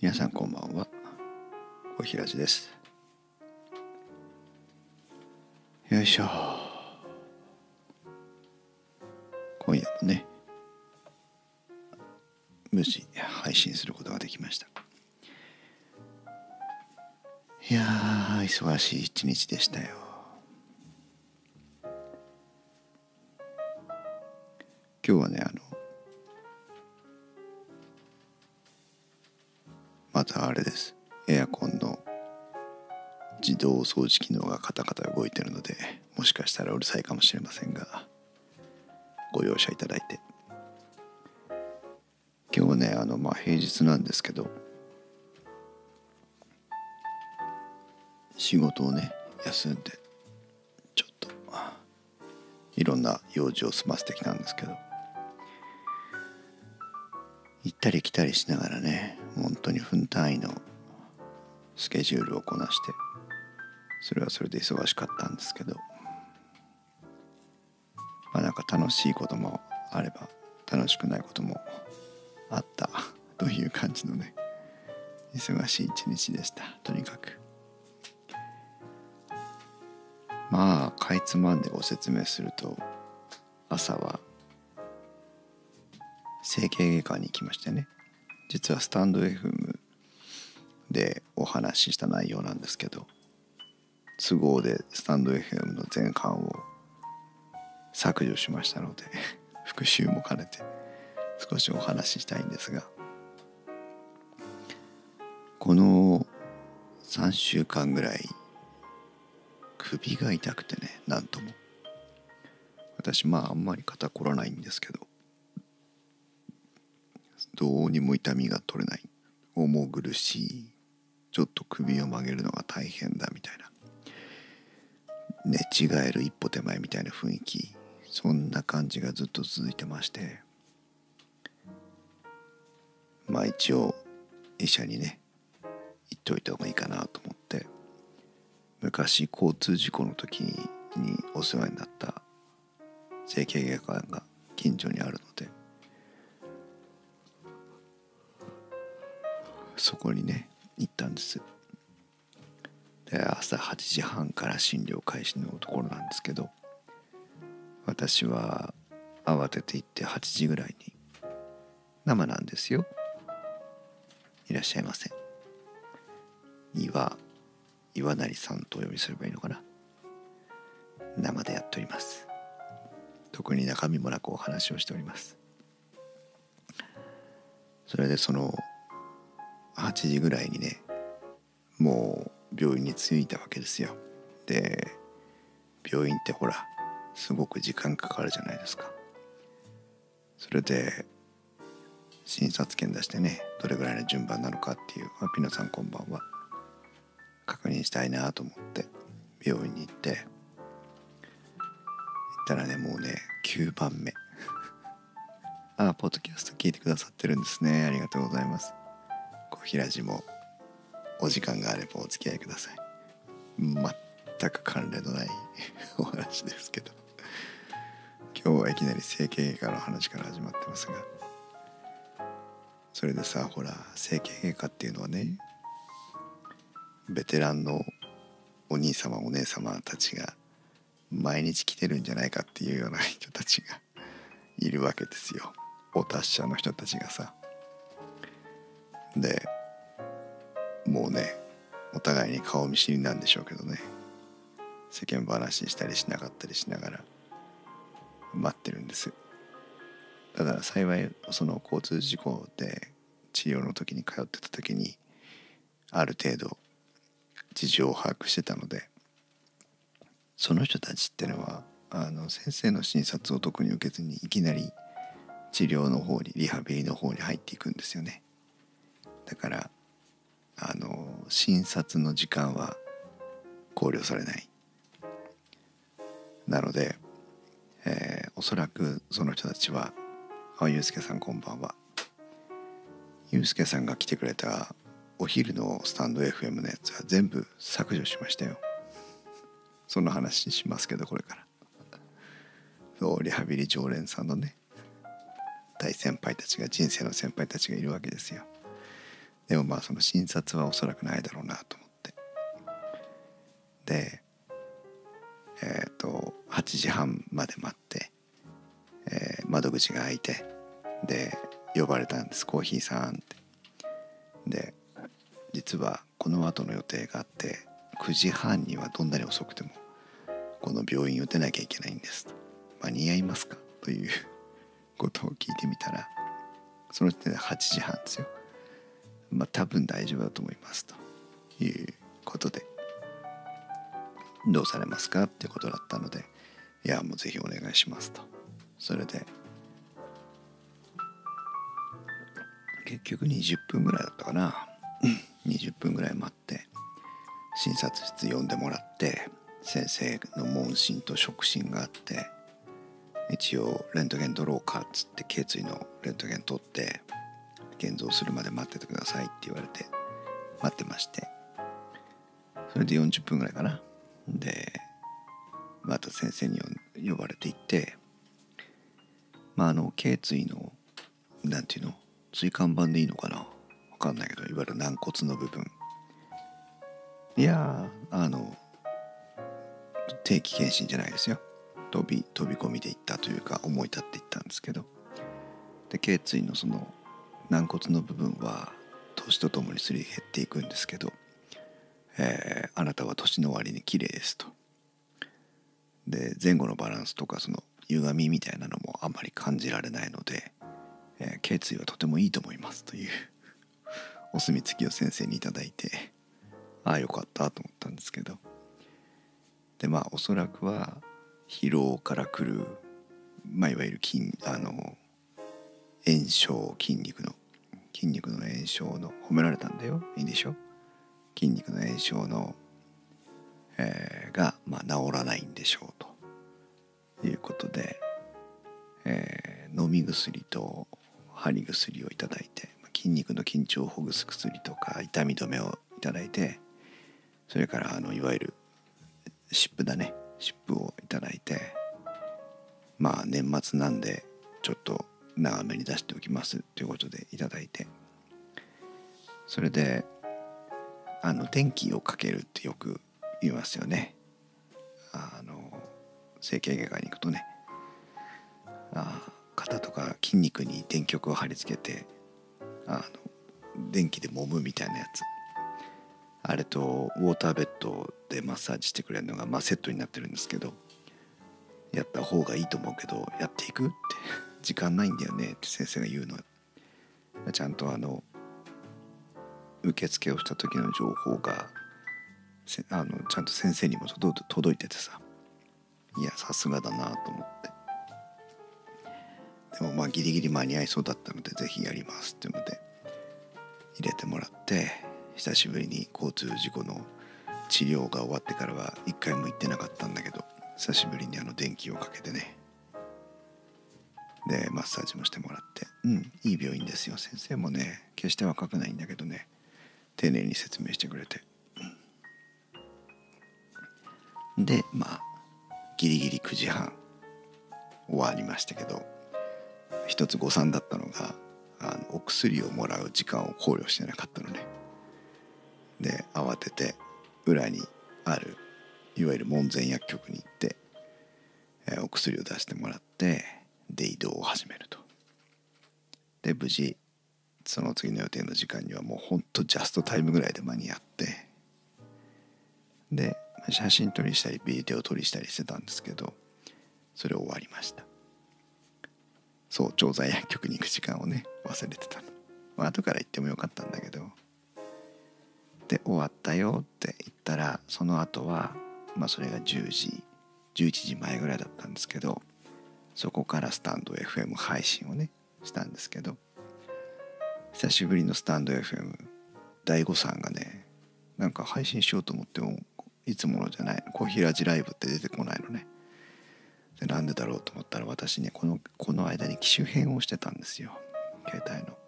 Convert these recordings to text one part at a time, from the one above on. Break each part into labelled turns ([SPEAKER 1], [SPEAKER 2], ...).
[SPEAKER 1] 皆さんこんばんは、小平寺です。よいしょ。今夜もね、無事配信することができました。いやー、忙しい一日でしたよ。今日はね、またあれです。エアコンの自動掃除機能がカタカタ動いてるので、もしかしたらうるさいかもしれませんが、ご容赦いただいて。今日はね、平日なんですけど、仕事をね休んでちょっといろんな用事を済ませてきたんですけど、行ったり来たりしながらね、本当に分単位のスケジュールをこなして、それはそれで忙しかったんですけど、なんか楽しいこともあれば楽しくないこともあったという感じのね、忙しい一日でした。とにかくかいつまんでご説明すると、朝は整形外科に行きましてね、実はスタンド FM でお話しした内容なんですけど、都合でスタンド FM の前半を削除しましたので復習も兼ねて少しお話ししたいんですが、この3週間ぐらい首が痛くてね、なんとも私あんまり肩こらないんですけど、どうにも痛みが取れない、重苦しい、ちょっと首を曲げるのが大変だみたいな、寝違える一歩手前みたいな雰囲気、そんな感じがずっと続いてまして、一応医者にね言っといた方がいいかなと思って、昔交通事故の時にお世話になった整形外科が近所にあるので、そこにね行ったんです。で、朝8時半から診療開始のところなんですけど、私は慌てて行って8時ぐらいに、生なんですよ、いらっしゃいませ、岩成さんとお呼びすればいいのかな、生でやっております。特に中身もなくお話をしております。それでその8時ぐらいにね、もう病院に着いたわけですよ。で、病院ってほらすごく時間かかるじゃないですか。それで診察券出してね、どれぐらいの順番なのかっていう、ピノさんこんばんは、確認したいなと思って病院に行って行ったらね、もうね9番目ポッドキャスト聞いてくださってるんですね。ありがとうございます。小平寺もお時間があればお付き合いください。全く関連のないお話ですけど、今日はいきなり整形外科の話から始まってますが、それでさ、ほら整形外科っていうのはね、ベテランのお兄様お姉様たちが毎日来てるんじゃないかっていうような人たちがいるわけですよ。お達者の人たちがさ。でもうね、お互いに顔見知りなんでしょうけどね、世間話したりしなかったりしながら待ってるんです。だから幸いその交通事故で治療の時に通ってた時にある程度事情を把握してたので、その人たちってのは先生の診察を特に受けずにいきなり治療の方に、リハビリの方に入っていくんですよね。だから診察の時間は考慮されない。なので、おそらくその人たちは、ゆうすけさんこんばんは、ゆうすけさんが来てくれたお昼のスタンド FM のやつは全部削除しましたよ。その話しますけど、これからリハビリ常連さんのね、大先輩たちが、人生の先輩たちがいるわけですよ。 でもまあその診察はおそらくないだろうなと思って、で8時半まで待って、窓口が開いて、で呼ばれたんです。コーヒーさんって。で実はこの後の予定があって9時半にはどんなに遅くてもこの病院を出なきゃいけないんですと。間に合いますかということを聞いてみたら、その時点で8時半ですよ。多分大丈夫だと思いますということで、どうされますかっていうことだったので、いやもうぜひお願いしますと。それで結局20分ぐらいだったかな20分ぐらい待って診察室呼んでもらって、先生の問診と触診があって、一応レントゲン取ろうかっつって頸椎のレントゲン取って現像するまで待っててくださいって言われて待ってまして、それで40分ぐらいかな。でまた先生に呼ばれていって、頸椎のなんていうの、椎間板でいいのかな、わかんないけど、いわゆる軟骨の部分、いや定期検診じゃないですよ。飛び込みで行ったというか、思い立って行ったんですけど、で頸椎のその軟骨の部分は年とともにすり減っていくんですけど、あなたは年の終わりに綺麗ですと。で前後のバランスとかその歪みみたいなのもあまり感じられないので、頸椎はとてもいいと思いますというお墨付きを先生にいただいて、ああよかったと思ったんですけど、でおそらくは疲労からくる、いわゆる炎症、筋肉の炎症の、褒められたんだよ、いいでしょ。筋肉の炎症の、が、治らないんでしょうということで、飲み薬と貼り薬をいただいて、筋肉の緊張をほぐす薬とか痛み止めをいただいて、それからいわゆる湿布をいただいて、年末なんでちょっと長めに出しておきますということでいただいて、それで電気をかけるってよく言いますよね。整形外科に行くとね、肩とか筋肉に電極を貼り付けて電気で揉むみたいなやつ、あれとウォーターベッドでマッサージしてくれるのがセットになってるんですけど、やった方がいいと思うけどやっていくって時間ないんだよねって先生が言うの。ちゃんと受付をした時の情報がちゃんと先生にも届いててさ、いやさすがだなと思って、でもギリギリ間に合いそうだったのでぜひやりますっていうので入れてもらって、久しぶりに交通事故の治療が終わってからは一回も行ってなかったんだけど、久しぶりに電気をかけてね、でマッサージもしてもらって、いい病院ですよ。先生もね決して若くないんだけどね、丁寧に説明してくれて、でギリギリ9時半終わりましたけど、一つ誤算だったのがお薬をもらう時間を考慮してなかったのね。で慌てて裏にあるいわゆる門前薬局に行って、お薬を出してもらって、で移動を始めると。で無事その次の予定の時間にはもうほんとジャストタイムぐらいで間に合って、で写真撮りしたりビデオ撮りしたりしてたんですけど、それ終わりました。そう調剤薬局に行く時間をね忘れてたの。後から言ってもよかったんだけど、で終わったよって言ったら、その後はそれが10時11時前ぐらいだったんですけど、そこからスタンド FM 配信をねしたんですけど、久しぶりのスタンド FM 大悟さんがね、なんか配信しようと思ってもいつものじゃないの、コーヒーラジライブって出てこないのね。でなんでだろうと思ったら、私ねこの間に機種変をしてたんですよ、携帯の。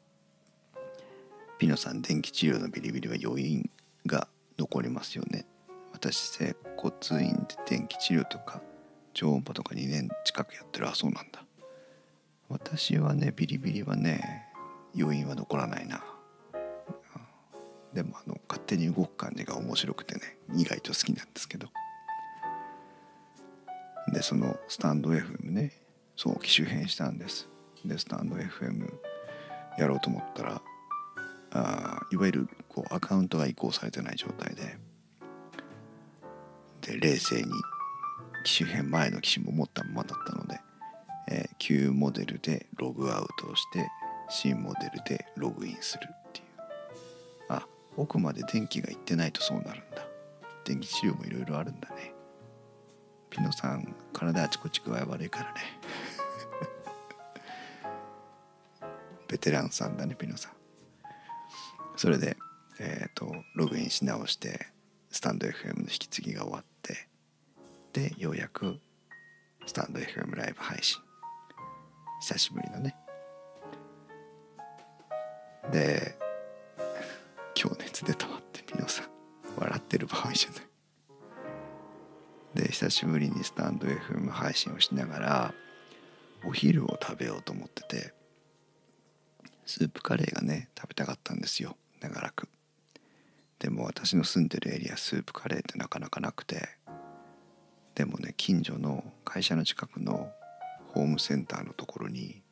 [SPEAKER 1] ピノさん電気治療のビリビリは余韻が残りますよね。私接骨院で電気治療とか超音波とか2年近くやってる。あ、そうなんだ。私はねビリビリはね余韻は残らないな。 でも勝手に動く感じが面白くてね、意外と好きなんですけど。でそのスタンド FM ね、そう機種変したんです。でスタンド FM やろうと思ったらいわゆるこうアカウントが移行されてない状態で冷静に機種変前の機種も持ったままだったので、旧モデルでログアウトをして新モデルでログインするっていう。奥まで電気がいってないとそうなるんだ。電気治療もいろいろあるんだね。ピノさん体あちこち具合悪いからねベテランさんだねピノさん。それでログインし直してスタンド FM の引き継ぎが終わって、でようやくスタンド FM ライブ配信、久しぶりのね。で今日熱出たわってピノさん笑ってる場合じゃない。で久しぶりにスタンド FM 配信をしながらお昼を食べようと思ってて、スープカレーがね食べたかったんですよ、長らく。でも私の住んでるエリアスープカレーってなかなかなくて、でもね近所の会社の近くのホームセンターのところに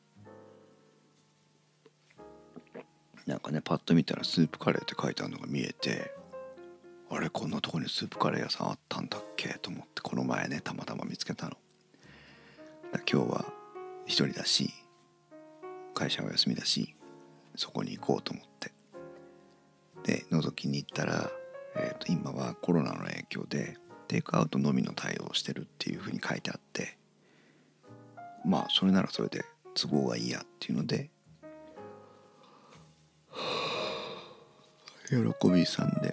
[SPEAKER 1] なんかねパッと見たらスープカレーって書いてあるのが見えて、あれこんなとこにスープカレー屋さんあったんだっけと思って、この前ねたまたま見つけたの。今日は一人だし会社は休みだしそこに行こうと思ってで覗きに行ったら、今はコロナの影響でテイクアウトのみの対応をしてるっていうふうに書いてあって、まあそれならそれで都合がいいやっていうので喜びさんで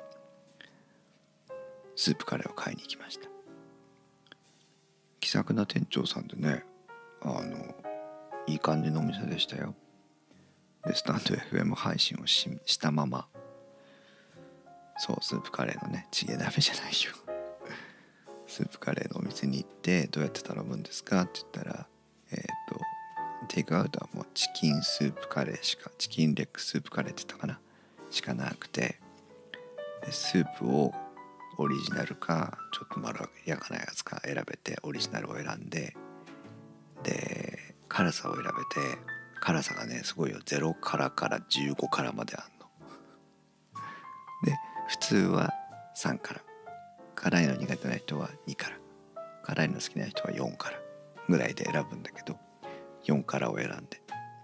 [SPEAKER 1] スープカレーを買いに行きました。気さくな店長さんでね、いい感じのお店でしたよ。でスタンド FM 配信をしたまま、そうスープカレーのねチゲ鍋じゃないよスープカレーのお店に行って、どうやって頼むんですかって言ったら、テイクアウトはもうチキンスープカレーしか、チキンレッグスープカレーって言ったかなしかなくて、でスープをオリジナルかちょっとまろやかなやつか選べて、オリジナルを選んで、で辛さを選べて、辛さがねすごいよ、0辛から15辛まであんので普通は3辛、辛いの苦手な人は2辛、辛いの好きな人は4辛ぐらいで選ぶんだけど、4辛を選んで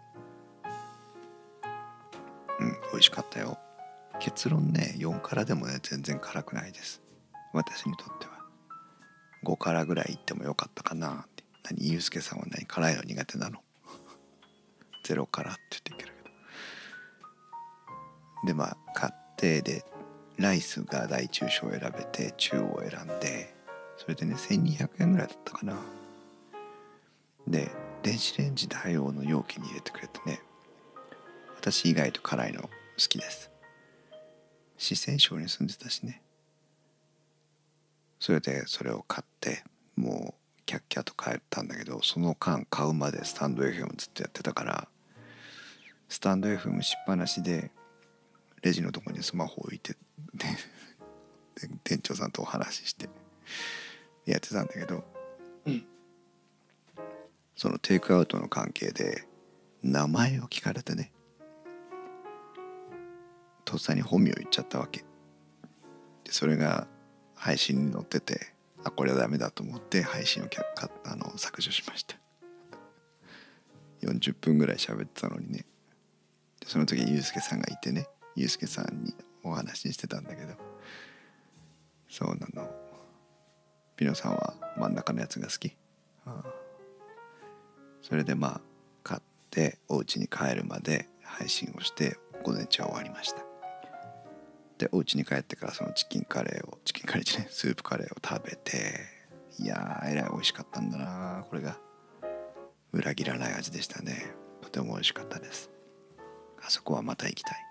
[SPEAKER 1] 美味しかったよ。結論ね4辛でもね全然辛くないです、私にとっては。5辛ぐらいいってもよかったかなって。ゆうすけさんは何辛いの苦手なの0辛って言ってくるけど、でまあ買ってでライスが大中小選べて中を選んで、それでね1200円ぐらいだったかな。で電子レンジ対応の容器に入れてくれてね、私意外と辛いの好きです。四川省に住んでたしね。それでそれを買ってもうキャッキャと帰ったんだけど、その間買うまでスタンド FM ずっとやってたから、スタンド FM しっぱなしでレジのとこにスマホを置いてで店長さんとお話ししてやってたんだけど、そのテイクアウトの関係で名前を聞かれてね、とっさに本名言っちゃったわけで、それが配信に載ってて、これはダメだと思って配信を削除しました40分ぐらい喋ってたのにね。でその時ゆうすけさんがいてね、ゆうすけさんにお話ししてたんだけど、そうなの、ピノさんは真ん中のやつが好き。それでまあ買ってお家に帰るまで配信をして午前中は終わりました。でお家に帰ってからそのチキンカレーじゃないスープカレーを食べて、いやーえらい美味しかったんだな。これが裏切らない味でしたね。とても美味しかったです。あそこはまた行きたい。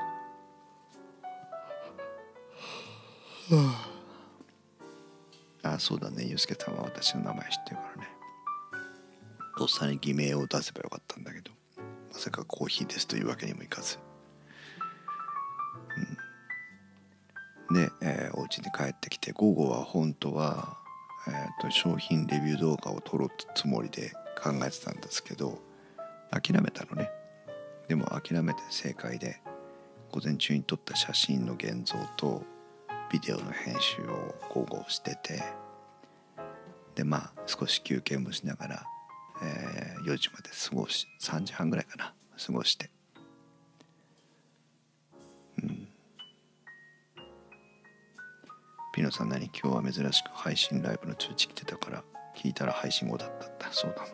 [SPEAKER 1] そうだね、ゆうすけさんは私の名前知ってるからね。とっさに偽名を出せばよかったんだけど、まさかコーヒーですというわけにもいかず、 で、お家に帰ってきて、午後は本当は、商品レビュー動画を撮ろうつもりで考えてたんですけど、諦めたのね。でも諦めて正解で、午前中に撮った写真の現像とビデオの編集を午後してて、で少し休憩もしながら、4時まで過ごし、3時半ぐらいかな、過ごして、ピノさん、何今日は珍しく配信ライブの通知来てたから聞いたら配信後だった。そうなの。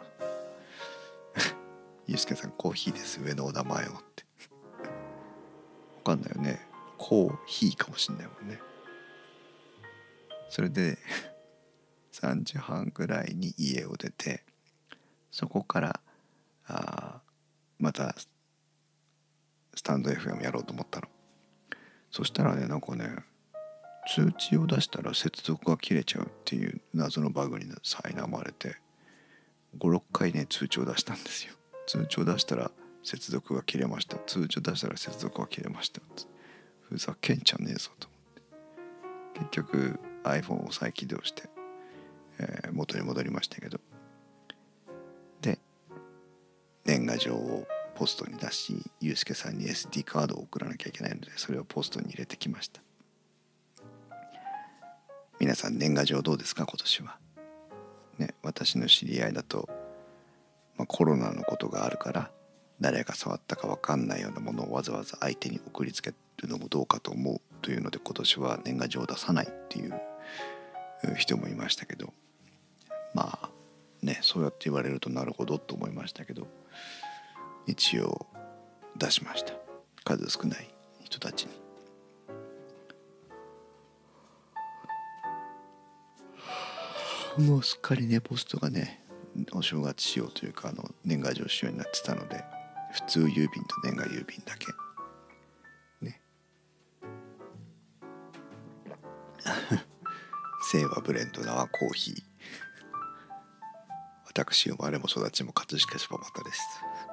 [SPEAKER 1] ゆうすけさん、コーヒーです、上のお名前をってわかんないよね。コーヒーかもしんないもんね。それで3時半ぐらいに家を出て、そこからまたスタンド FM やろうと思ったの。そしたらね、なんかね、通知を出したら接続が切れちゃうっていう謎のバグに苛まれて、5、6回ね通知を出したんですよ。通知を出したら接続が切れました、通知を出したら接続が切れました。ふざけんじゃねえぞと思って、結局 iPhone を再起動して、元に戻りましたけど、で年賀状をポストに出し、ゆうすけさんに SD カードを送らなきゃいけないので、それをポストに入れてきました。皆さん年賀状どうですか今年はね。私の知り合いだと、コロナのことがあるから誰が触ったか分かんないようなものをわざわざ相手に送りつけるのもどうかと思うというので、今年は年賀状を出さないっていう人もいましたけど、そうやって言われるとなるほどと思いましたけど、一応出しました。数少ない人たちに。もうすっかりね、ポストがね、お正月仕様というか年賀状仕様になってたので、普通郵便と年賀郵便だけね。清和ブレンドなコーヒー。私生まれも育ちも葛飾柴又です。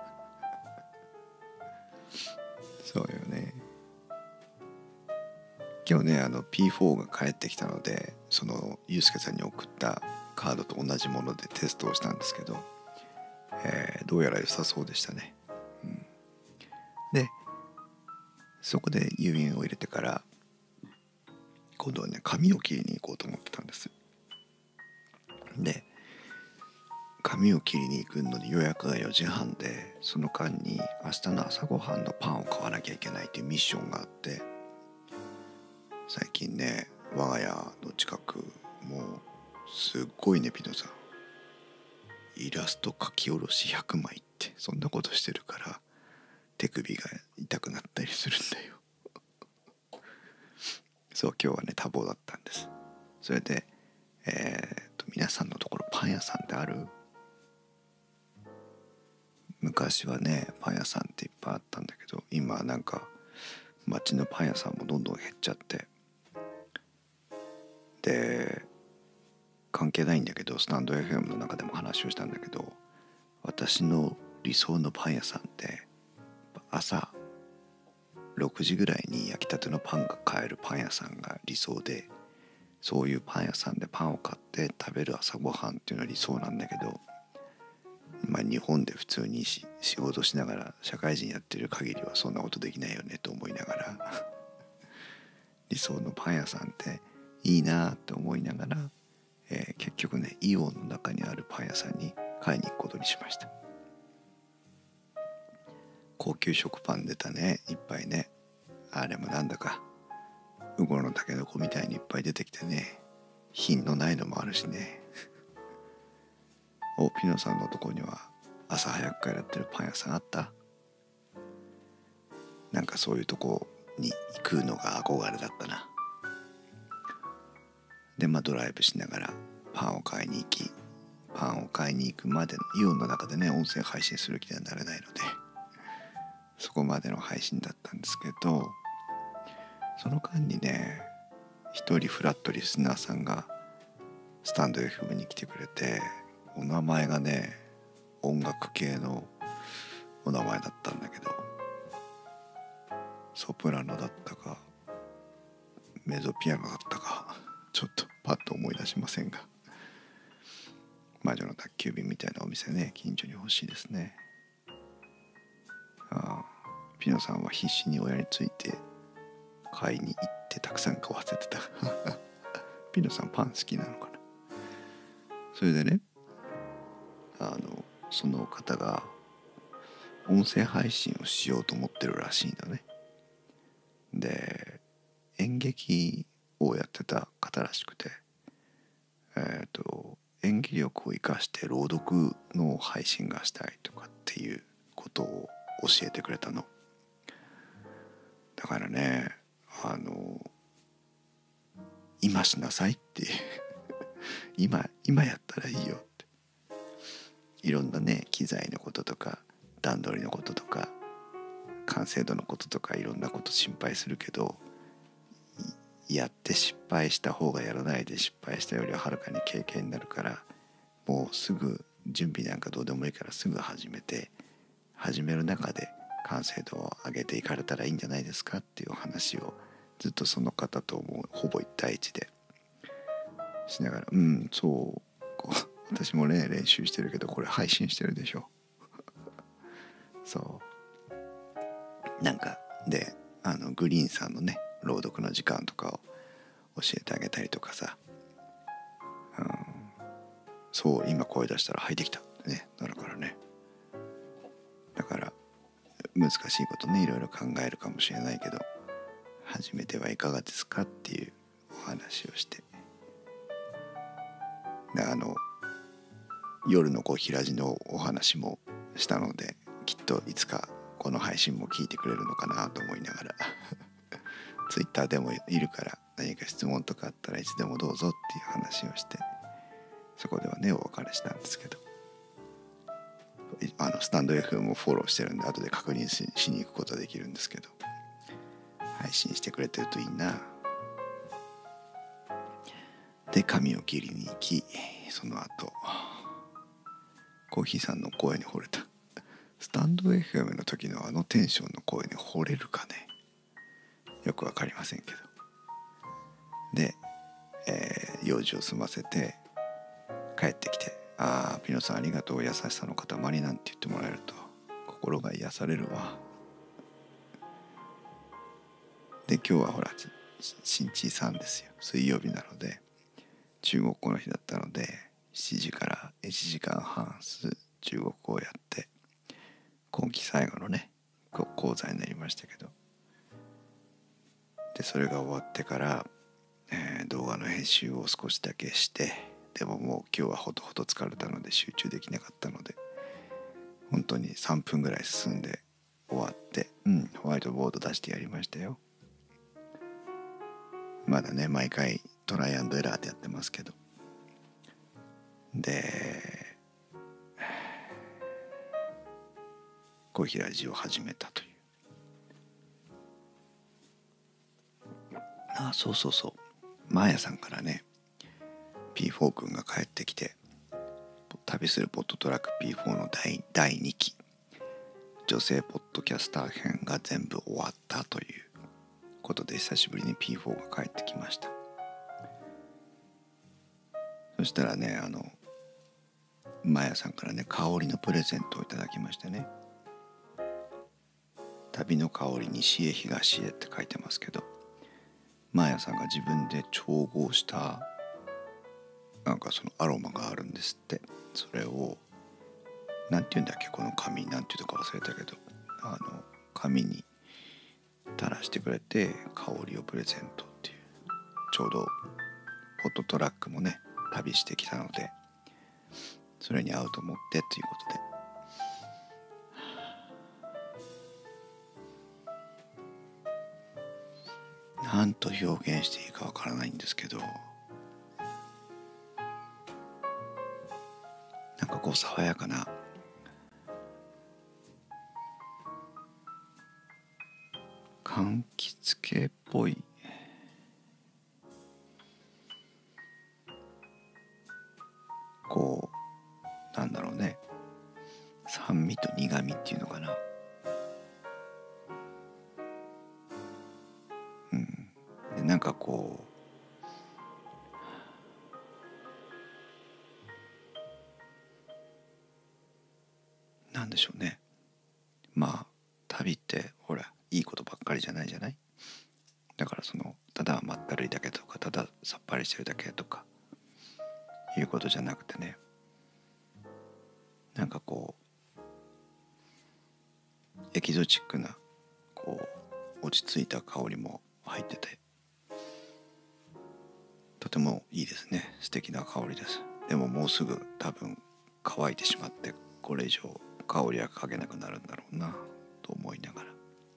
[SPEAKER 1] そうよね。今日ね、P4 が帰ってきたので、そのゆうすけさんに送ったカードと同じものでテストをしたんですけど、どうやら良さそうでしたね。でそこで郵便を入れてから、今度はね髪を切りに行こうと思ってたんです。で髪を切りに行くのに予約が4時半で、その間に明日の朝ごはんのパンを買わなきゃいけないというミッションがあって、最近ね我が家の近くもうすっごいね、ピノさんイラスト描き下ろし100枚ってそんなことしてるから手首が痛くなったりするんだよ。そう今日はね多忙だったんです。それで皆さんのところパン屋さんってある？昔はねパン屋さんっていっぱいあったんだけど、今なんか街のパン屋さんもどんどん減っちゃって、で関係ないんだけど、スタンド FM の中でも話をしたんだけど、私の理想のパン屋さんって朝6時ぐらいに焼きたてのパンが買えるパン屋さんが理想で、そういうパン屋さんでパンを買って食べる朝ごはんっていうのは理想なんだけど、日本で普通に仕事しながら社会人やってる限りはそんなことできないよねと思いながら理想のパン屋さんっていいなって思いながら、結局ねイオンの中にあるパン屋さんに買いに行くことにしました。高級食パン出たね、いっぱいね。あれもなんだかウゴのタケノコみたいにいっぱい出てきてね、品のないのもあるしね。ピノさんのとこには朝早くからやってるパン屋さんあった？なんかそういうとこに行くのが憧れだったな。でドライブしながらパンを買いに行き、パンを買いに行くまでのイオンの中でね音声配信する気にはなれないので、そこまでの配信だったんですけど、その間にね一人フラットリスナーさんがスタンド FM に来てくれて、お名前がね音楽系のお名前だったんだけど、ソプラノだったかメゾピアノだったかちょっとパッと思い出しませんが、魔女の宅急便みたいなお店ね、近所に欲しいですね。ピノさんは必死に親について買いに行ってたくさん買わせてたピノさんパン好きなのかな。それでね、その方が音声配信をしようと思ってるらしいのね。で、演劇をやってた方らしくて、演技力を生かして朗読の配信がしたいとかっていうことを教えてくれたの。だからね、今しなさいって今やったらいいよって。いろんなね、機材のこととか段取りのこととか完成度のこととかいろんなこと心配するけど、やって失敗した方がやらないで失敗したよりははるかに経験になるから、もうすぐ準備なんかどうでもいいからすぐ始める中で完成度を上げていかれたらいいんじゃないですかっていう話をずっとその方ともほぼ1対1でしながら、そう私もね練習してるけどこれ配信してるでしょそうなんかでグリーンさんのね朗読の時間とかを教えてあげたりとかさ、そう今声出したら入ってきたってねなるからね。だから難しいことねいろいろ考えるかもしれないけど、初めてはいかがですかっていうお話をして、で夜の平地のお話もしたので、きっといつかこの配信も聞いてくれるのかなと思いながらツイッターでもいるから何か質問とかあったらいつでもどうぞっていう話をして、そこではねお別れしたんですけど、スタンド FM もフォローしてるんで後で確認 しに行くことはできるんですけど、配信してくれてるといいな。で髪を切りに行き、その後コーヒーさんの声に惚れた。スタンド FM の時のテンションの声に惚れるかね、よくわかりませんけど。で、用事を済ませて帰ってきて、ピノさんありがとう、優しさの塊なんて言ってもらえると心が癒されるわ。で今日はほら新地さんですよ、水曜日なので中国語の日だったので7時から1時間半中国語をやって、今期最後のね講座になりましたけど、でそれが終わってから、動画の編集を少しだけして、でももう今日はほとほと疲れたので集中できなかったので本当に3分ぐらい進んで終わって、ホワイトボード出してやりましたよ。まだね毎回トライアンドエラーでやってますけど、でコーヒーラジオを始めたという。そうマーヤさんからね P4 君が帰ってきて、旅するポッドトラック P4 の第2期女性ポッドキャスター編が全部終わったということで、久しぶりに P4 が帰ってきました。そしたらねマヤさんからね香りのプレゼントをいただきましてね、旅の香り西へ東へって書いてますけど、マヤさんが自分で調合したなんかそのアロマがあるんですって。それをなんて言うんだっけ、この紙なんて言うのか忘れたけど、紙に垂らしてくれて香りをプレゼントっていう、ちょうどポットトラックもね旅してきたのでそれに合うと思ってということで、なんと表現していいかわからないんですけど、なんかこう爽やかな柑橘系っぽいこうなんだろうね、酸味と苦味っていうのかな、でなんかこうなんでしょうね。まあ旅ってほらいいことばっかりじゃないじゃない。だからただ甘ったるいだけとかたださっぱりしてるだけとかいうことじゃなくてね、なんかこうエキゾチックなこう落ち着いた香りも入っててとてもいいですね。素敵な香りです。でももうすぐ多分乾いてしまってこれ以上香りは嗅げなくなるんだろうなと思いながら、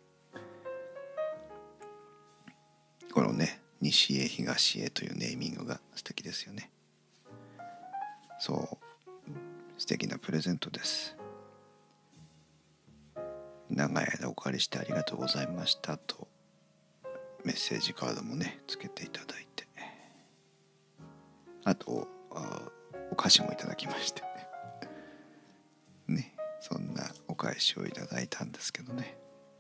[SPEAKER 1] このね西へ東へというネーミングが素敵ですよね。そう素敵なプレゼントです。長い間お借りしてありがとうございましたとメッセージカードもねつけていただいて、あとお菓子もいただきましてね、そんなお返しをいただいたんですけどね、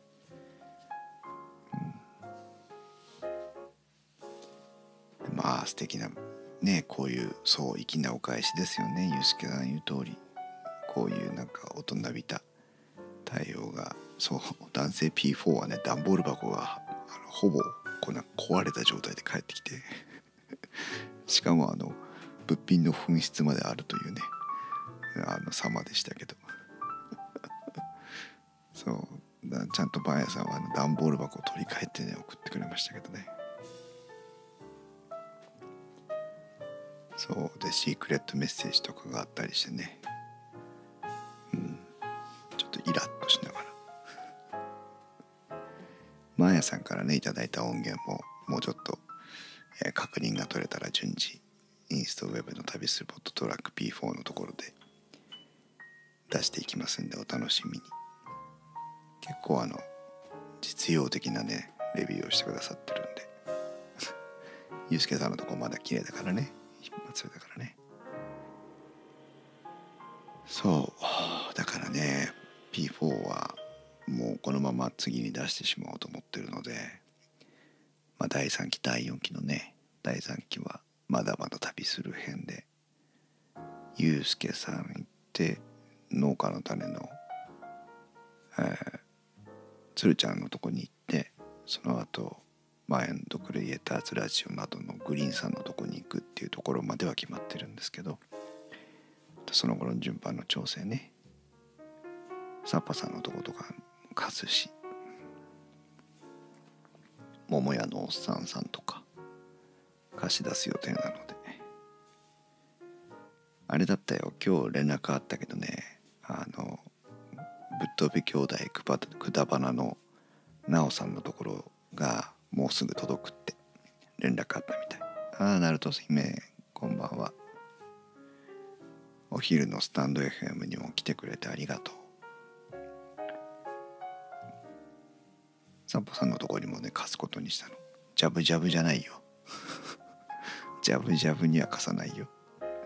[SPEAKER 1] まあ素敵なねこういうそう粋なお返しですよね。ゆうすけさん言う通りこういうなんか大人びた対応が、そう男性 P4 はね段ボール箱がほぼ壊れた状態で帰ってきてしかも物品の紛失まであるというね様でしたけどそうちゃんとパン屋さんは段ボール箱を取り替えてね送ってくれましたけどね。そうでシークレットメッセージとかがあったりしてね、ちょっとイラッとしながらマーヤさんからねいただいた音源ももうちょっと、確認が取れたら順次インストウェブの旅するポットトラック P4 のところで出していきますんでお楽しみに。結構実用的なねレビューをしてくださってるんでゆうすけさんのとこまだ綺麗だからね、一発だからね。そうだからね P4 はもうこのまま次に出してしまおうと思ってるので、第3期第4期のね第3期はまだまだ旅する編でゆうすけさん行って農家の種の、つるちゃんのとこに行ってその後マインドクリエイターズラジオなどのグリーンさんのとこに行くっていうところまでは決まってるんですけど、その後の順番の調整ね、サッパさんのとことかカズシ桃屋のおっさんさんとか貸し出す予定なので、あれだったよ今日連絡あったけどね、ぶっ飛び兄弟くだばなのなおさんのところがもうすぐ届くって連絡あったみたい。ナルト姫こんばんは。お昼のスタンド FM にも来てくれてありがとう。サッパさんのところにもね貸すことにしたの。ジャブジャブじゃないよジャブジャブには貸さないよ。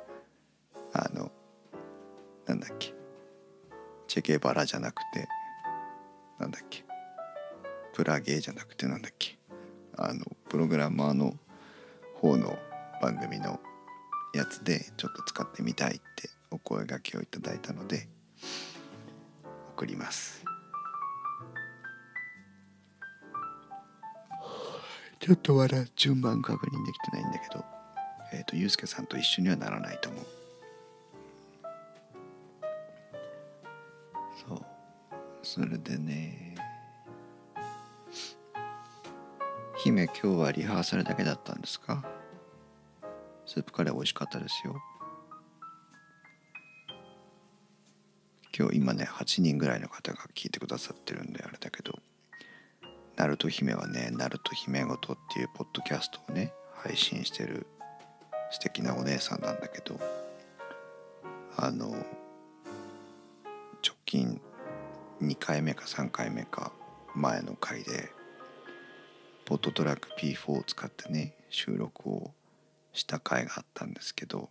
[SPEAKER 1] なんだっけチェケバラじゃなくてなんだっけプラゲーじゃなくてなんだっけプログラマーの方の番組のやつでちょっと使ってみたいってお声掛けをいただいたので送ります。ちょっとまだ順番確認できてないんだけど、ゆうすけさんと一緒にはならないと思う。そうそれでね、姫今日はリハーサルだけだったんですか？スープカレー美味しかったですよ。今日今ね8人ぐらいの方が聞いてくださってるんであれだけど、ナルト姫はねナルト姫ごとっていうポッドキャストをね配信してる素敵なお姉さんなんだけど、直近2回目か3回目か前の回でポッドトラック P4 を使ってね収録をした回があったんですけど、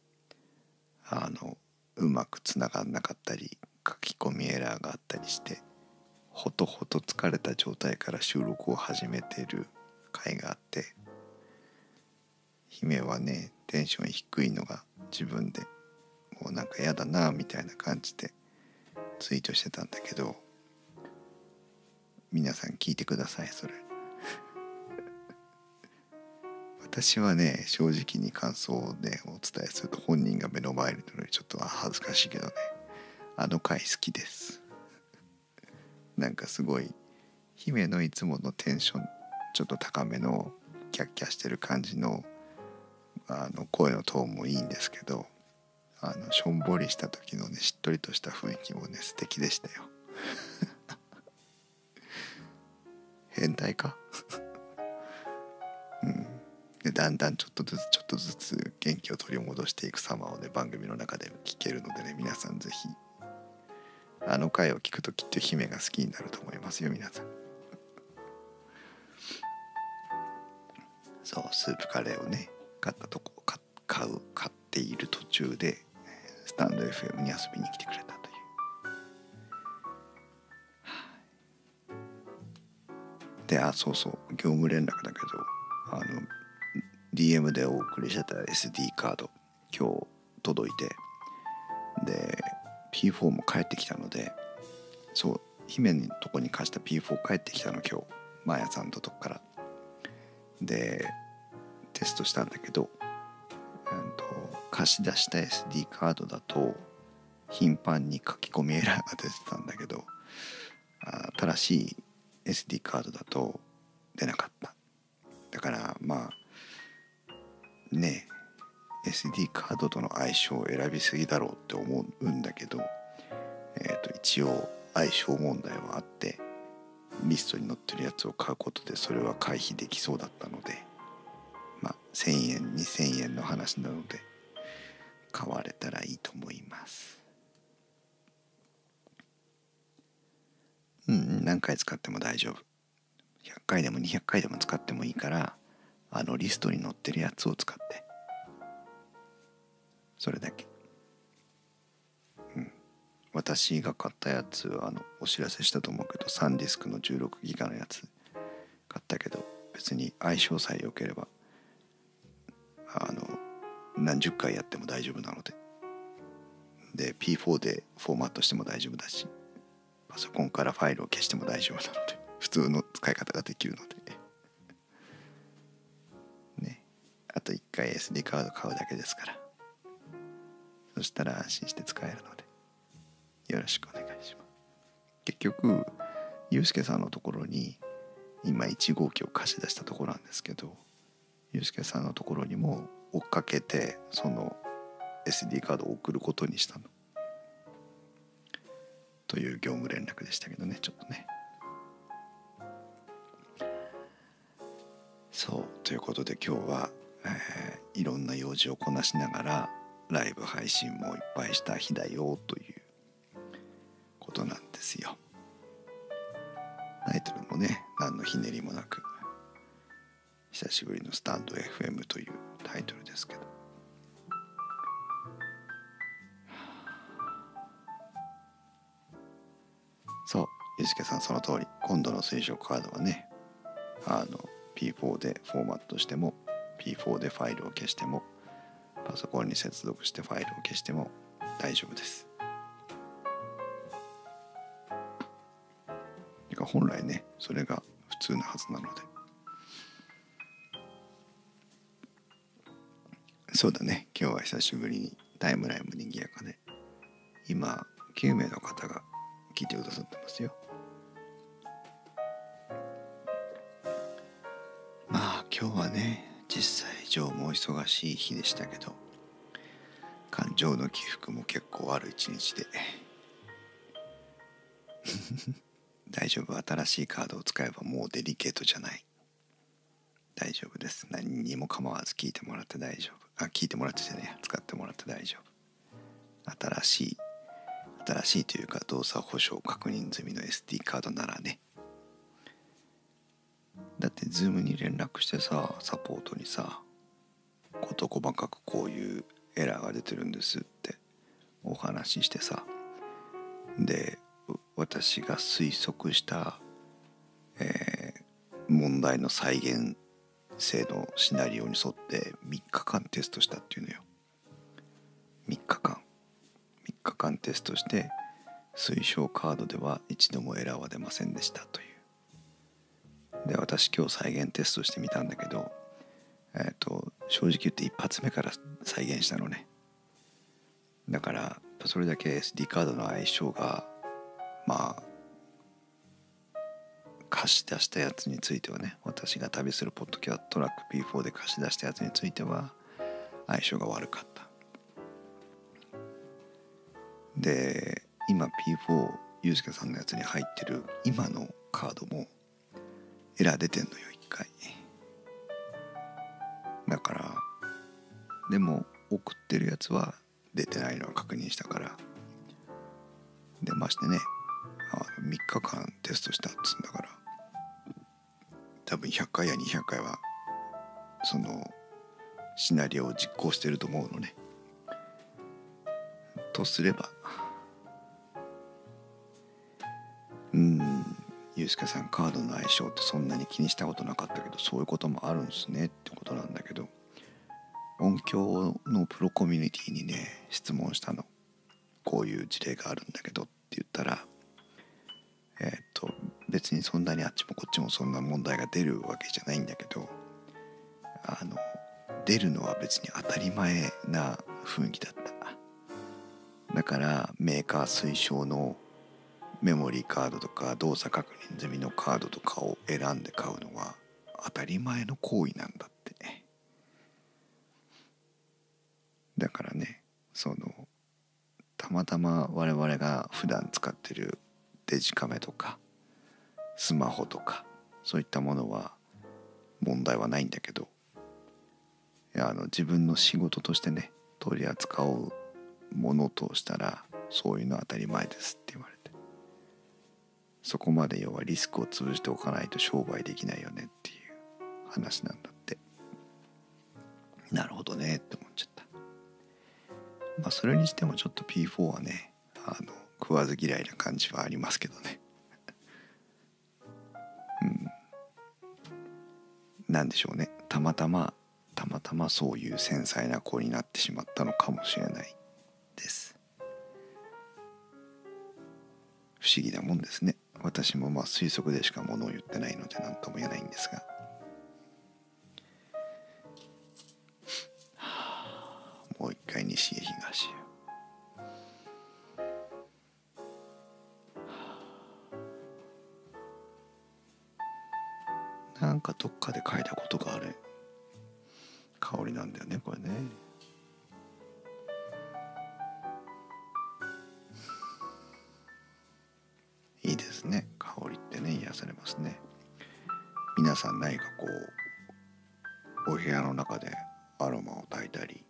[SPEAKER 1] うまくつながんなかったり書き込みエラーがあったりしてほとほと疲れた状態から収録を始めている回があって、 姫はねテンション低いのが自分でもうなんか嫌だなみたいな感じでツイートしてたんだけど、皆さん聞いてくださいそれ。私はね正直に感想をねお伝えすると、本人が目の前にいるのにちょっと恥ずかしいけどね、あの回好きです。なんかすごい姫のいつものテンションちょっと高めのキャッキャしてる感じの声のトーンもいいんですけど、しょんぼりした時のねしっとりとした雰囲気もね素敵でしたよ。変態か。でだんだんちょっとずつ元気を取り戻していく様をね番組の中で聞けるのでね、皆さんぜひあの回を聞くときっと姫が好きになると思いますよ皆さん。そうスープカレーをね買っている途中でスタンド FM に遊びに来てくれたという。でそう業務連絡だけどDM でお送りしてた SD カード今日届いて、で P4 も帰ってきたので、そう姫のとこに貸した P4 帰ってきたの今日、マーヤさんのとこからでテストしたんだけど、貸し出した SD カードだと頻繁に書き込みエラーが出てたんだけど、新しい SD カードだと出なかった。だからまあね SD カードとの相性を選びすぎだろうって思うんだけど、一応相性問題はあって、リストに載ってるやつを買うことでそれは回避できそうだったので、1000円2000円の話なので買われたらいいと思います。何回使っても大丈夫。100回でも200回でも使ってもいいから、リストに載ってるやつを使って、それだけ。私が買ったやつお知らせしたと思うけど、サンディスクの16ギガのやつ買ったけど、別に相性さえ良ければ何十回やっても大丈夫なので、 P4 でフォーマットしても大丈夫だし、パソコンからファイルを消しても大丈夫なので、普通の使い方ができるのでね。あと1回 SD カード買うだけですから、そしたら安心して使えるのでよろしくお願いします。結局ゆうすけさんのところに今1号機を貸し出したところなんですけど、ゆうすけさんのところにも追っかけてその SD カードを送ることにしたのという業務連絡でしたけどね、ちょっとね。そうということで今日は、いろんな用事をこなしながらライブ配信もいっぱいした日だよということなんですよ。タイトルもね何のひねりもなく、久しぶりのスタンド FM というタイトルですけど、そうゆうすけさんその通り、今度の推奨カードはねP4 でフォーマットしても P4 でファイルを消してもパソコンに接続してファイルを消しても大丈夫です。てか本来ねそれが普通なはずなので。そうだね、今日は久しぶりにタイムラインも賑やかで、今9名の方が聞いてくださってますよ。今日はね実際上も忙しい日でしたけど、感情の起伏も結構ある一日で大丈夫、新しいカードを使えばもうデリケートじゃない、大丈夫です。何にも構わず聞いてもらって大丈夫。聞いてもらってじゃねえ、使ってもらって大丈夫。新しいというか動作保証確認済みの SD カードならね。だってズームに連絡してさ、サポートにさ、事細かくこういうエラーが出てるんですってお話ししてさ、で私が推測した、問題の再現生のシナリオに沿って3日間テストしたっていうのよ。3日間テストして推奨カードでは一度もエラーは出ませんでしたという。で私今日再現テストしてみたんだけど、正直言って一発目から再現したのね。だからそれだけ SD カードの相性がまあ貸し出したやつについてはね、私が旅するポッドキャトラック P4 で貸し出したやつについては相性が悪かった。で今 P4 ゆうすけさんのやつに入ってる今のカードもエラー出てんのよ1回。だからでも送ってるやつは出てないのは確認したから。でましてね、3日間テストしたっつうんだから多分100回や200回はそのシナリオを実行してると思うのね。とすればゆうすけさんカードの相性ってそんなに気にしたことなかったけどそういうこともあるんですねってことなんだけど、音響のプロコミュニティにね質問したの。こういう事例があるんだけどって言ったら別にそんなにあっちもこっちもそんな問題が出るわけじゃないんだけど、出るのは別に当たり前な雰囲気だった。だからメーカー推奨のメモリーカードとか動作確認済みのカードとかを選んで買うのは当たり前の行為なんだって。だからね、たまたま我々が普段使ってるデジカメとかスマホとかそういったものは問題はないんだけど、自分の仕事としてね取り扱うものとしたらそういうの当たり前ですって言われて、そこまで要はリスクを潰しておかないと商売できないよねっていう話なんだって。なるほどねって思っちゃった。それにしてもちょっと P4 はね食わず嫌いな感じはありますけどね。なんでしょうね、たまたまそういう繊細な子になってしまったのかもしれないです。不思議なもんですね。私も推測でしかものを言ってないので何とも言えないんですが、もう一回西へ東へ。なんかどっかで嗅いだことがある香りなんだよねこれね。いいですね、香りってね癒されますね。皆さん何かお部屋の中でアロマを焚いたり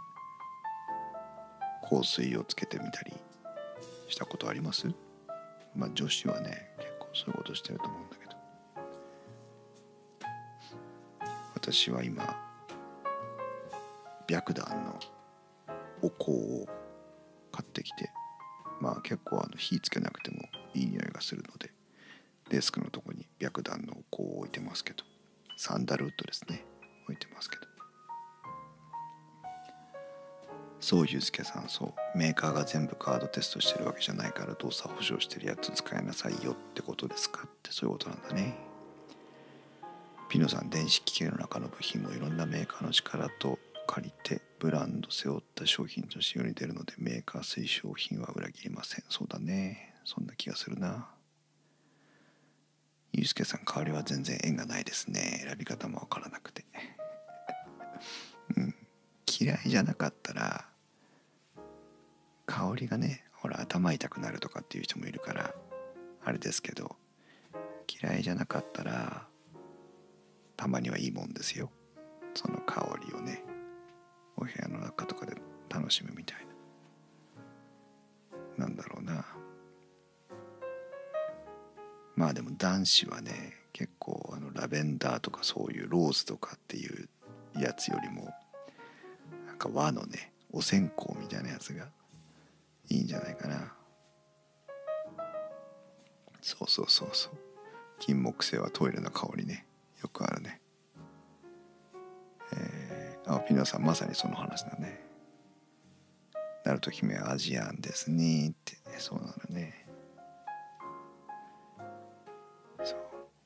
[SPEAKER 1] 香水をつけてみたりしたことあります？女子はね結構そういうことしてると思うんだけど、私は今白檀のお香を買ってきて、結構火つけなくてもいい匂いがするのでデスクのとこに白檀のお香を置いてますけど、サンダルウッドですね置いてますけど、そうゆうすけさん、そうメーカーが全部カードテストしてるわけじゃないから動作保証してるやつ使いなさいよってことですかって、そういうことなんだね。ピノさん、電子機器の中の部品もいろんなメーカーの力と借りてブランド背負った商品として世に出るのでメーカー推奨品は裏切りません。そうだね、そんな気がするな。ゆうすけさん、香りは全然縁がないですね。選び方もわからなくて嫌いじゃなかったら香りがね、ほら頭痛くなるとかっていう人もいるからあれですけど、嫌いじゃなかったらたまにはいいもんですよ。その香りをねお部屋の中とかで楽しむみたいな。なんだろうな、でも男子はね結構ラベンダーとかそういうローズとかっていうやつよりもなんか和のねお線香みたいなやつがいいんじゃないかな。そう金木犀はトイレの香りね、よくあるね。 ピノさんまさにその話だね。ナルト姫はアジアンですねって、そうなのね。そう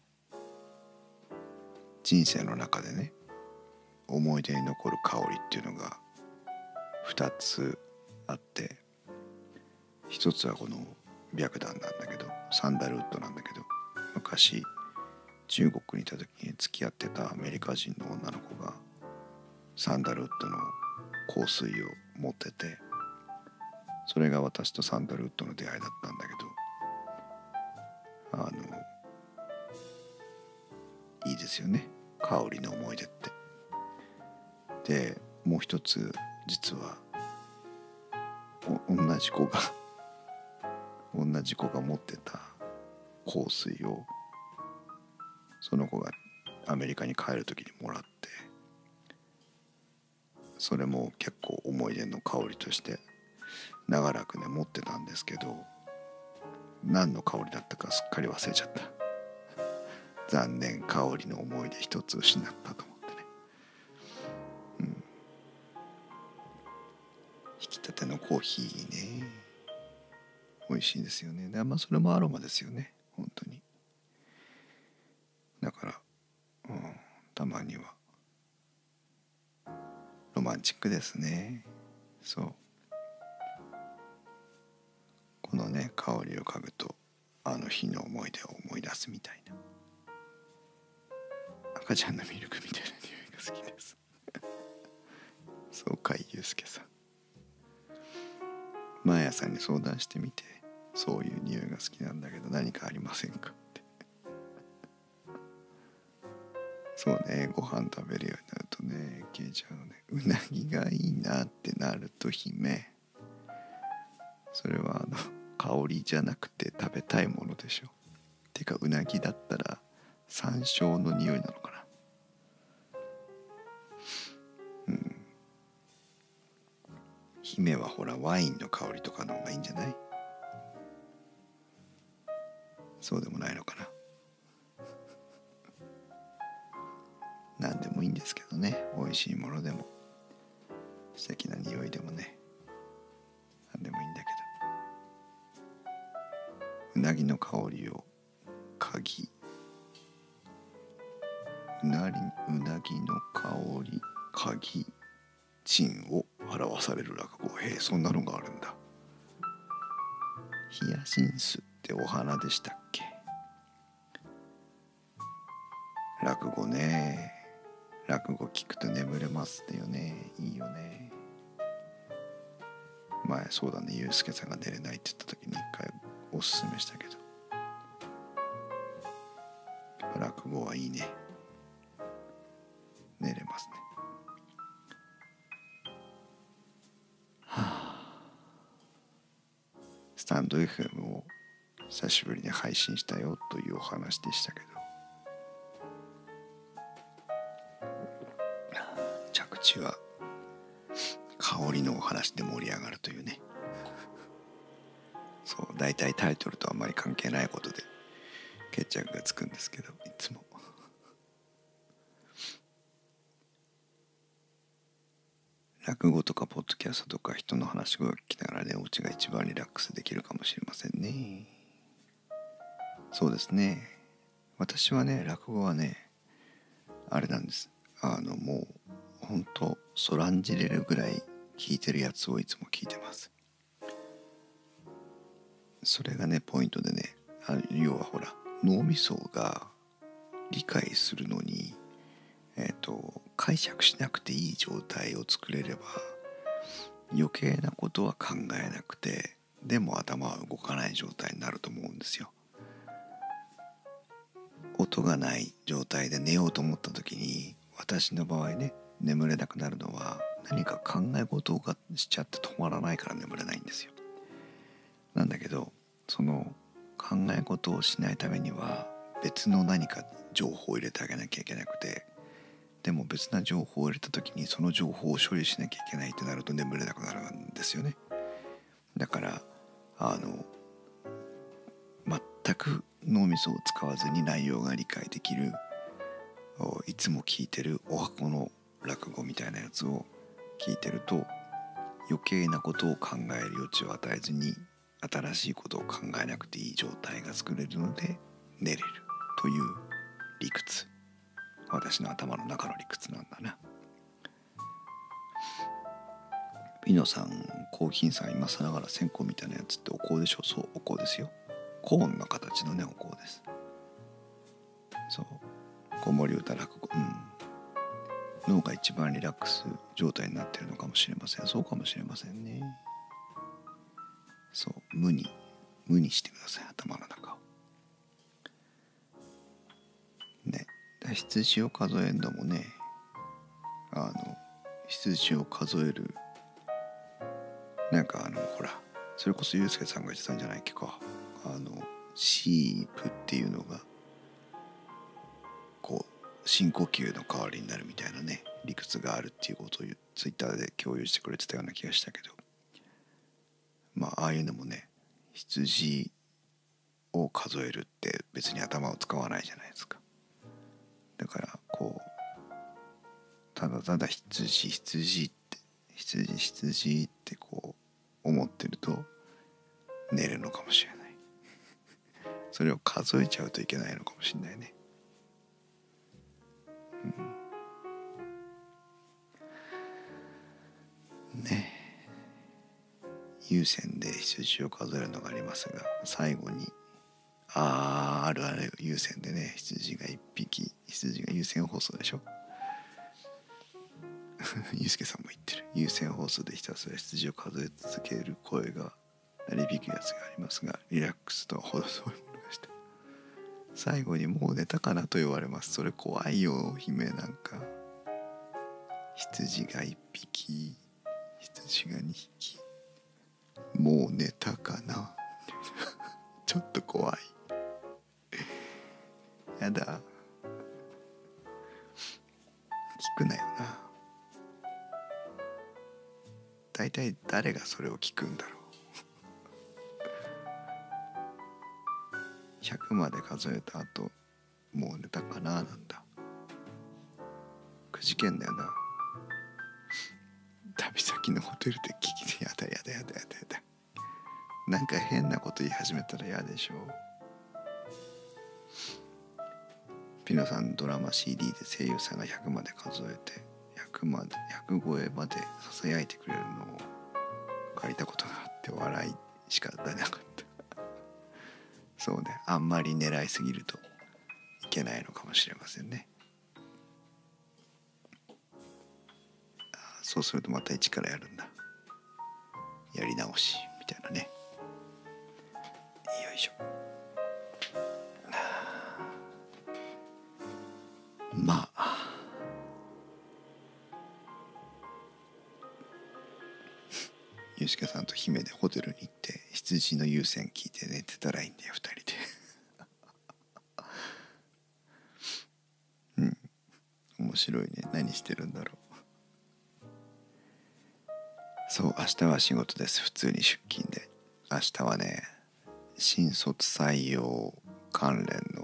[SPEAKER 1] 人生の中でね思い出に残る香りっていうのが2つあって、一つはこの白檀なんだけど、サンダルウッドなんだけど、昔中国にいた時に付き合ってたアメリカ人の女の子がサンダルウッドの香水を持ってて、それが私とサンダルウッドの出会いだったんだけど、いいですよね、香りの思い出って。でもう一つ、実は同じ子が持ってた香水をその子がアメリカに帰る時にもらって、それも結構思い出の香りとして長らくね持ってたんですけど、何の香りだったかすっかり忘れちゃった。残念、香りの思い出一つ失ったと思ってね。引き立てのコーヒーね、美味しいですよね。でそれもアロマですよね、本当に。だから、たまにはロマンチックですね。そうこのね香りを嗅ぐとあの日の思い出を思い出すみたいな、赤ちゃんのミルクみたいな匂いが好きですそうかいゆうすけさん、マーヤさんに相談してみて、そういう匂いが好きなんだけど何かありませんかってそうね、ご飯食べるようになるとね消えちゃうのね。うなぎがいいなってなると姫、それは香りじゃなくて食べたいものでしょ。てかうなぎだったら山椒の匂いなのかな。姫はほらワインの香りとかの方がいいんじゃない？そうでもないのかな。何でもいいんですけどね、美味しいものでも素敵な匂いでもね、何でもいいんだけど、うなぎの香りを嗅ぎ、うなぎの香り嗅ぎ陳を表される落語。そんなのがあるんだ。ヒヤシンスってお花でしたっけ？落語ね、落語聞くと眠れますよね。いいよね。前そうだね、ゆうすけさんが寝れないって言った時に一回おすすめしたけど、落語はいいね、寝れますね。スタンド FM を久しぶりに配信したよというお話でしたけど、着地は香りのお話で盛り上がるというね。そう、大体タイトルとあまり関係ないことで決着がつくんですけど、いつも落語とかポッドキャストとか人の話を聞きながらね、お家が一番リラックスできるかもしれませんね。そうですね、私はね落語はねあれなんです。もうほんとそらんじれるぐらい聞いてるやつをいつも聞いてます。それがねポイントでね、要はほら脳みそが理解するのに、解釈しなくていい状態を作れれば余計なことは考えなくて、でも頭は動かない状態になると思うんですよ。音がない状態で寝ようと思った時に、私の場合ね眠れなくなるのは何か考え事がしちゃって止まらないから眠れないんですよ。なんだけどその考え事をしないためには別の何か情報を入れてあげなきゃいけなくて、でも別な情報を入れた時にその情報を処理しなきゃいけないってなると眠れなくなるんですよね。だから全く脳みそを使わずに内容が理解できる、いつも聞いてるお箱の落語みたいなやつを聞いてると、余計なことを考える余地を与えずに新しいことを考えなくていい状態が作れるので寝れるという理屈、私の頭の中の理屈なんだな。ピノさん、コーヒーさん今さながら線香みたいなやつってお香でしょ。そう、お香ですよ。コーンの形のね、お香です。そう、子守歌落語、脳が一番リラックス状態になっているのかもしれません。そうかもしれませんね。そう、無にしてください、頭の中をね。羊を数えるのもね、羊を数える、なんかほら、それこそユースケさんが言ってたんじゃないっけか、シープっていうのがこう深呼吸の代わりになるみたいなね、理屈があるっていうことをツイッターで共有してくれてたような気がしたけど、ああいうのもね、羊を数えるって別に頭を使わないじゃないですか。だからこうただただ羊ってこう思ってると寝るのかもしれない。それを数えちゃうといけないのかもしれないね。ね、有線で羊を数えるのがありますが、最後にある有線でね、羊が有線放送でしょゆうすけさんも言ってる。有線放送でひたすら羊を数え続ける声が鳴り響くやつがありますが、リラックスとは程遠いものでした。最後にもう寝たかなと言われます。それ怖いよ、姫。なんか羊が1匹、羊が2匹、もう寝たかなちょっと怖い。やだ、聞くなよな。大体誰がそれを聞くんだろう。100まで数えた後、もう寝たかななんだ。くじけんだよな。旅先のホテルで聞きて、やだ。なんか変なこと言い始めたら嫌でしょ。ピノさん、ドラマ CD で声優さんが100まで数えて100超えまでささやいてくれるのを借りたことがあって、笑いしか出なかったそうね、あんまり狙いすぎるといけないのかもしれませんね。そうするとまた一からやるんだ。やり直しみたいなね。よいしょ。ゆうすけさんと姫でホテルに行って羊の有線聞いて寝てたらいいんだよ、2人で面白いね。何してるんだろう。そう、明日は仕事です。普通に出勤で。明日はね、新卒採用関連の、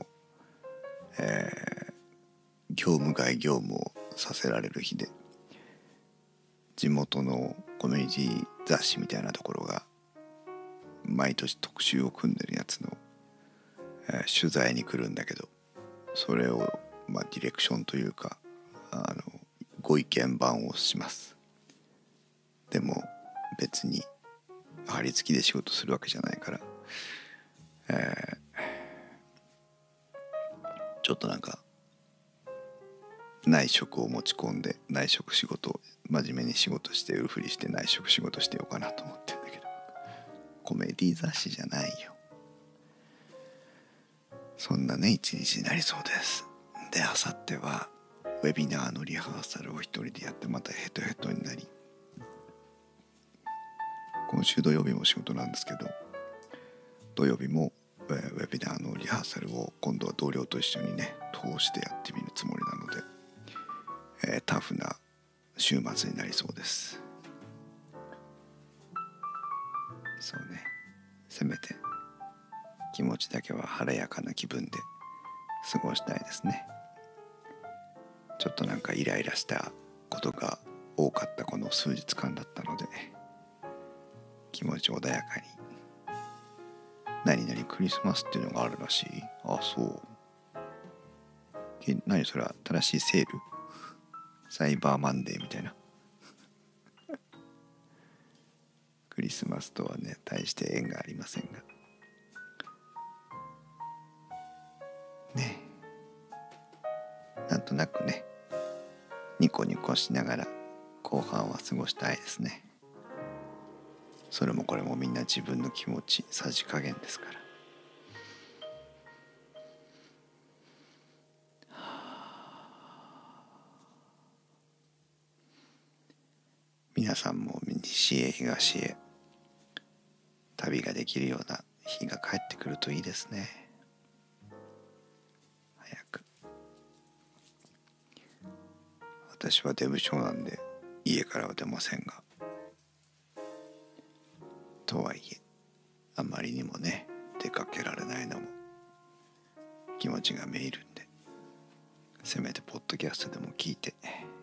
[SPEAKER 1] 業務外業務をさせられる日で、地元のコミュニティ雑誌みたいなところが毎年特集を組んでるやつの、取材に来るんだけど、それをディレクションというかご意見番をします。でも別に張り付きで仕事するわけじゃないから、ちょっとなんか内職を持ち込んで、内職仕事、真面目に仕事して売るふりして内職仕事してようかなと思ってんだけど、コメディ雑誌じゃないよ。そんなね一日になりそうです。で、あさってはウェビナーのリハーサルを一人でやって、またヘトヘトになり、今週土曜日も仕事なんですけど、土曜日もウェビナーのリハーサルを今度は同僚と一緒にね通してやってみるつもりなので、タフな週末になりそうです。そうね、せめて気持ちだけは晴れやかな気分で過ごしたいですね。ちょっとなんかイライラしたことが多かったこの数日間だったので、気持ち穏やかに。何々クリスマスっていうのがあるらしい。あ、そう。何それは新しいセール？サイバーマンデーみたいな。クリスマスとはね、大して縁がありませんが。ね。なんとなくね、ニコニコしながら後半は過ごしたいですね。それもこれもみんな自分の気持ち、さじ加減ですから。皆さんも西へ東へ旅ができるような日が帰ってくるといいですね。早く。私は出不精なんで家からは出ませんが、とはいえあまりにもね出かけられないのも気持ちがめいるんで、せめてポッドキャストでも聞いて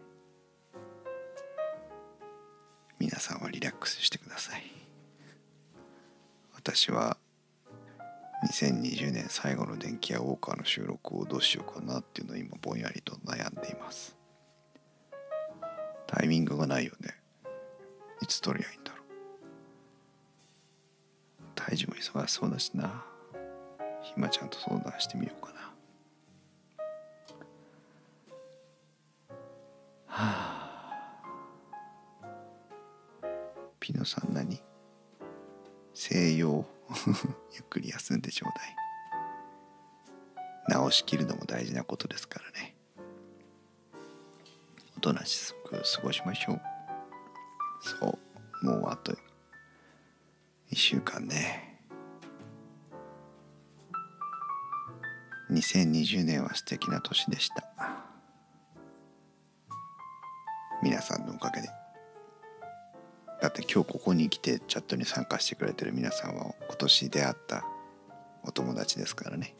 [SPEAKER 1] 皆さんはリラックスしてください。私は2020年最後の電気屋ウォーカーの収録をどうしようかなっていうのを今ぼんやりと悩んでいます。タイミングがないよね。いつ撮りゃいいんだろう。大樹も忙しそうだしな。ひまちゃんと相談してみようかな。ピノさん何？静養ゆっくり休んでちょうだい。治しきるのも大事なことですからね。おとなしく過ごしましょう。そう、もうあと1週間ね。2020年は素敵な年でした。皆さんのおかげで。だって今日ここに来てチャットに参加してくれてる皆さんは今年出会ったお友達ですからね。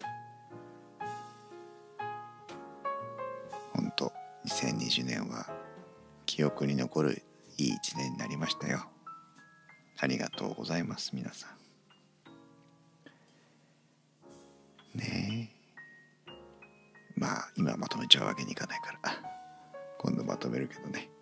[SPEAKER 1] ほんと2020年は記憶に残るいい一年になりましたよ。ありがとうございます皆さんね。えまあ今まとめちゃうわけにいかないから今度まとめるけどね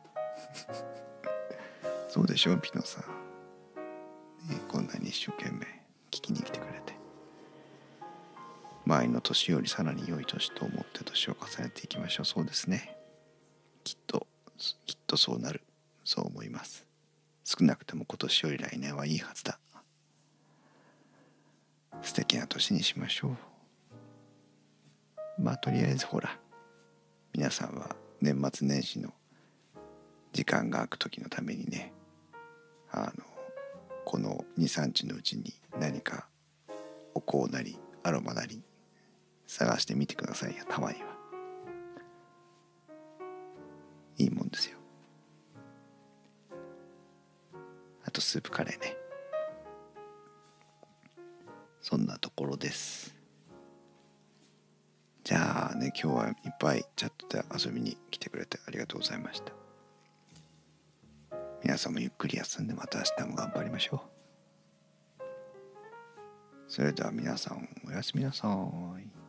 [SPEAKER 1] そうでしょピノさん、こんなに一生懸命聞きに来てくれて、前の年よりさらに良い年と思って年を重ねていきましょう。そうですね。きっとそうなる。そう思います。少なくとも今年より来年はいいはずだ。素敵な年にしましょう。まあとりあえずほら、皆さんは年末年始の時間が空く時のためにね、この 2,3 日のうちに何かお香なりアロマなり探してみてくださいよ。たまにはいいもんですよ。あとスープカレーね。そんなところです。じゃあね、今日はいっぱいチャットで遊びに来てくれてありがとうございました。皆さんもゆっくり休んでまた明日も頑張りましょう。それでは皆さんおやすみなさい。